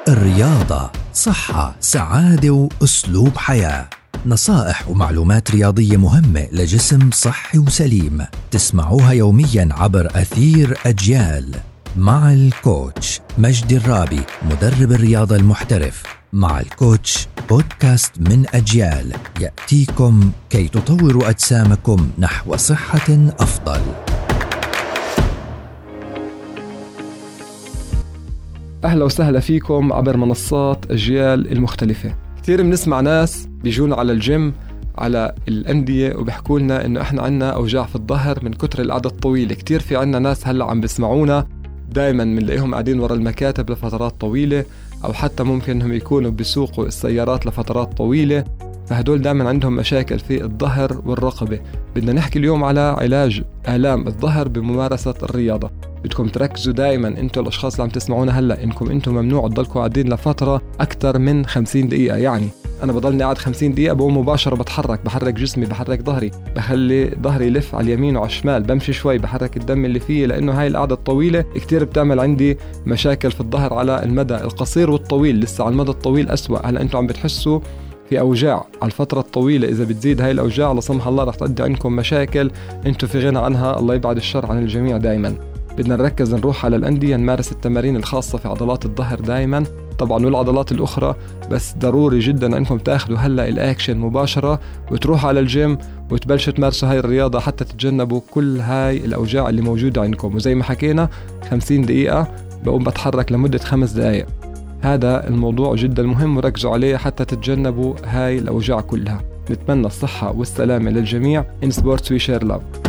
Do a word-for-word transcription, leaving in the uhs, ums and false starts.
الرياضة، صحة، سعادة وأسلوب حياة. نصائح ومعلومات رياضية مهمة لجسم صحي وسليم، تسمعوها يومياً عبر أثير أجيال مع الكوتش مجدي الرابي، مدرب الرياضة المحترف. مع الكوتش بودكاست من أجيال يأتيكم كي تطوروا أجسامكم نحو صحة أفضل. أهلا وسهلا فيكم عبر منصات أجيال المختلفة. كثير بنسمع ناس بيجون على الجيم على الأندية وبيحكوا لنا إنه إحنا عنا أوجاع في الظهر من كتر القعدة الطويلة. كثير في عنا ناس هلأ عم بيسمعونا دايما بنلاقيهم قاعدين ورا المكاتب لفترات طويلة، أو حتى ممكن إنهم يكونوا بيسوقوا السيارات لفترات طويلة، فهدول دايما عندهم مشاكل في الظهر والرقبة. بدنا نحكي اليوم على علاج آلام الظهر بممارسة الرياضة. بدكم تركزوا دايما انتوا الاشخاص اللي عم تسمعونا هلا انكم انتم ممنوع تضلكم قاعدين لفتره اكثر من خمسين دقيقه. يعني انا بضلني قاعد خمسين دقيقه بقوم مباشره بتحرك، بحرك جسمي، بحرك ظهري، بخلي ظهري يلف على اليمين وعلى الشمال، بمشي شوي، بحرك الدم اللي فيه، لانه هاي القعده الطويله كتير بتعمل عندي مشاكل في الظهر على المدى القصير والطويل. لسه على المدى الطويل اسوأ. هلا انتم عم بتحسوا في أوجاع على الفترة الطويلة، إذا بتزيد هاي الأوجاع لا سمح الله رح تؤدي عندكم مشاكل انتم في غنى عنها، الله يبعد الشر عن الجميع. دايما بدنا نركز نروح على الأندية نمارس التمارين الخاصة في عضلات الظهر دايما طبعا والعضلات الأخرى، بس ضروري جدا أنكم تاخذوا هلأ الأكشن مباشرة وتروحوا على الجيم وتبلشوا تمارسوا هاي الرياضة حتى تتجنبوا كل هاي الأوجاع اللي موجودة عندكم. وزي ما حكينا خمسين دقيقة بقوم بتحرك لمدة خمس دقائق. هذا الموضوع جدا مهم وركزوا عليه حتى تتجنبوا هاي الأوجاع كلها. نتمنى الصحة والسلامة للجميع. In Sports we share love.